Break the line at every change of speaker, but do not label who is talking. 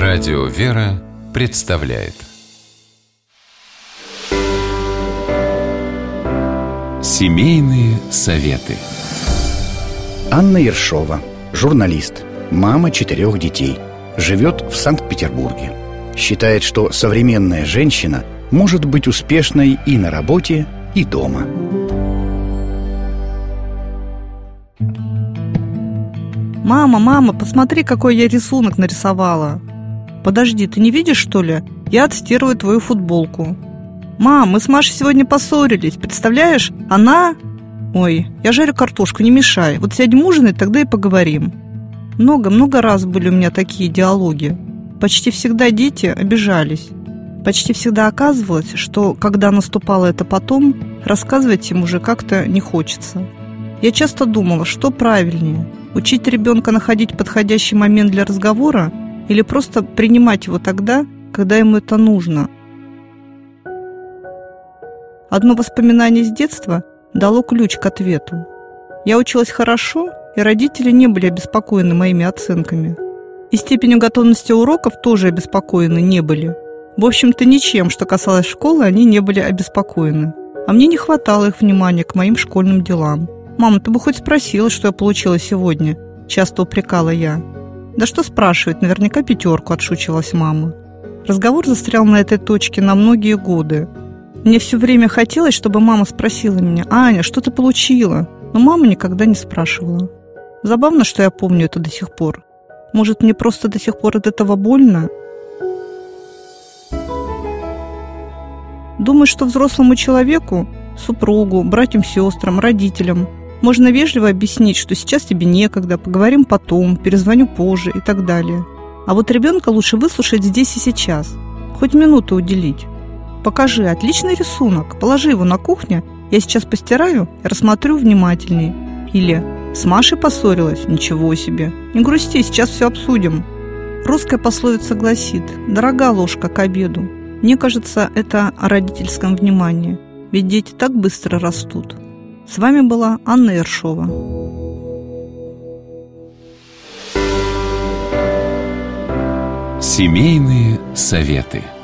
Радио «Вера» представляет Семейные советы.
Анна Ершова, журналист, мама 4 детей, живет в Санкт-Петербурге. Считает, что современная женщина может быть успешной и на работе, и дома.
Мама, посмотри, какой я рисунок нарисовала. Подожди, ты не видишь, что ли? Я отстирываю твою футболку. Мам, мы с Машей сегодня поссорились, представляешь? Она... Ой, я жарю картошку, не мешай. Вот сядем ужинать, тогда и поговорим. Много раз были у меня такие диалоги. Почти всегда дети обижались. Почти всегда оказывалось, что, когда наступало это потом, рассказывать им уже как-то не хочется. Я часто думала, что правильнее – учить ребенка находить подходящий момент для разговора или просто принимать его тогда, когда ему это нужно. Одно воспоминание с детства дало ключ к ответу. Я училась хорошо, и родители не были обеспокоены моими оценками. И степенью готовности уроков тоже обеспокоены не были. В общем-то, ничем, что касалось школы, они не были обеспокоены. А мне не хватало их внимания к моим школьным делам. «Мама, ты бы хоть спросила, что я получила сегодня?» Часто упрекала я. «Да что спрашивать, наверняка 5, отшучивалась мама. Разговор застрял на этой точке на многие годы. Мне все время хотелось, чтобы мама спросила меня: «Аня, что ты получила?» Но мама никогда не спрашивала. Забавно, что я помню это до сих пор. Может, мне просто до сих пор от этого больно? Думаю, что взрослому человеку, супругу, братьям, сестрам, родителям можно вежливо объяснить, что сейчас тебе некогда, поговорим потом, перезвоню позже и так далее. А вот ребенка лучше выслушать здесь и сейчас, хоть минуту уделить. Покажи, отличный рисунок, положи его на кухню, я сейчас постираю и рассмотрю внимательней. Или с Машей поссорилась? Ничего себе. Не грусти, сейчас все обсудим. Русская пословица гласит: «Дорога ложка к обеду». Мне кажется, это о родительском внимании, ведь дети так быстро растут. С вами была Анна Ершова.
Семейные советы.